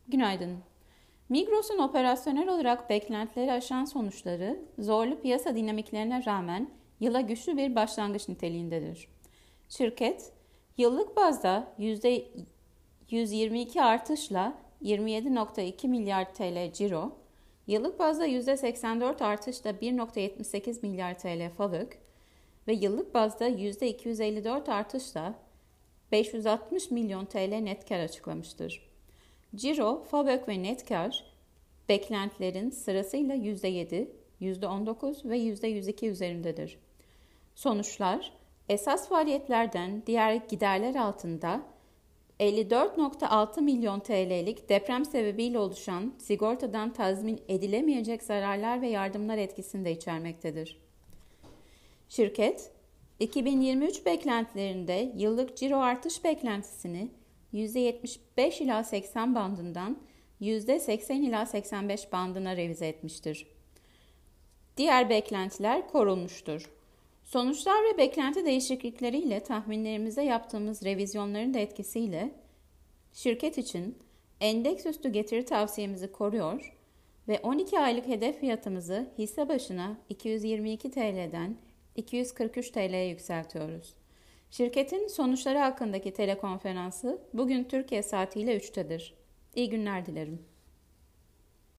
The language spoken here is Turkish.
Günaydın. Migros'un operasyonel olarak beklentileri aşan sonuçları, zorlu piyasa dinamiklerine rağmen yıla güçlü bir başlangıç niteliğindedir. Şirket, yıllık bazda %122 artışla 27,2 milyar TL ciro, yıllık bazda %84 artışla 1,78 milyar TL FAVÖK ve yıllık bazda %254 artışla 560 milyon TL net kar açıklamıştır. Ciro, FAVÖK ve net kar beklentilerin sırasıyla %7, %19 ve %102 üzerindedir. Sonuçlar, esas faaliyetlerden diğer giderler altında 54,6 milyon TL'lik deprem sebebiyle oluşan sigortadan tazmin edilemeyecek zararlar ve yardımlar etkisini de içermektedir. Şirket, 2023 beklentilerinde yıllık ciro artış beklentisini %75 ila 80 bandından %80 ila 85 bandına revize etmiştir. Diğer beklentiler korunmuştur. Sonuçlar ve beklenti değişiklikleriyle tahminlerimize yaptığımız revizyonların da etkisiyle şirket için endeks üstü getiri tavsiyemizi koruyor ve 12 aylık hedef fiyatımızı hisse başına 222 TL'den 243 TL'ye yükseltiyoruz. Şirketin sonuçları hakkındaki telekonferansı bugün Türkiye saatiyle 3'tedir. İyi günler dilerim.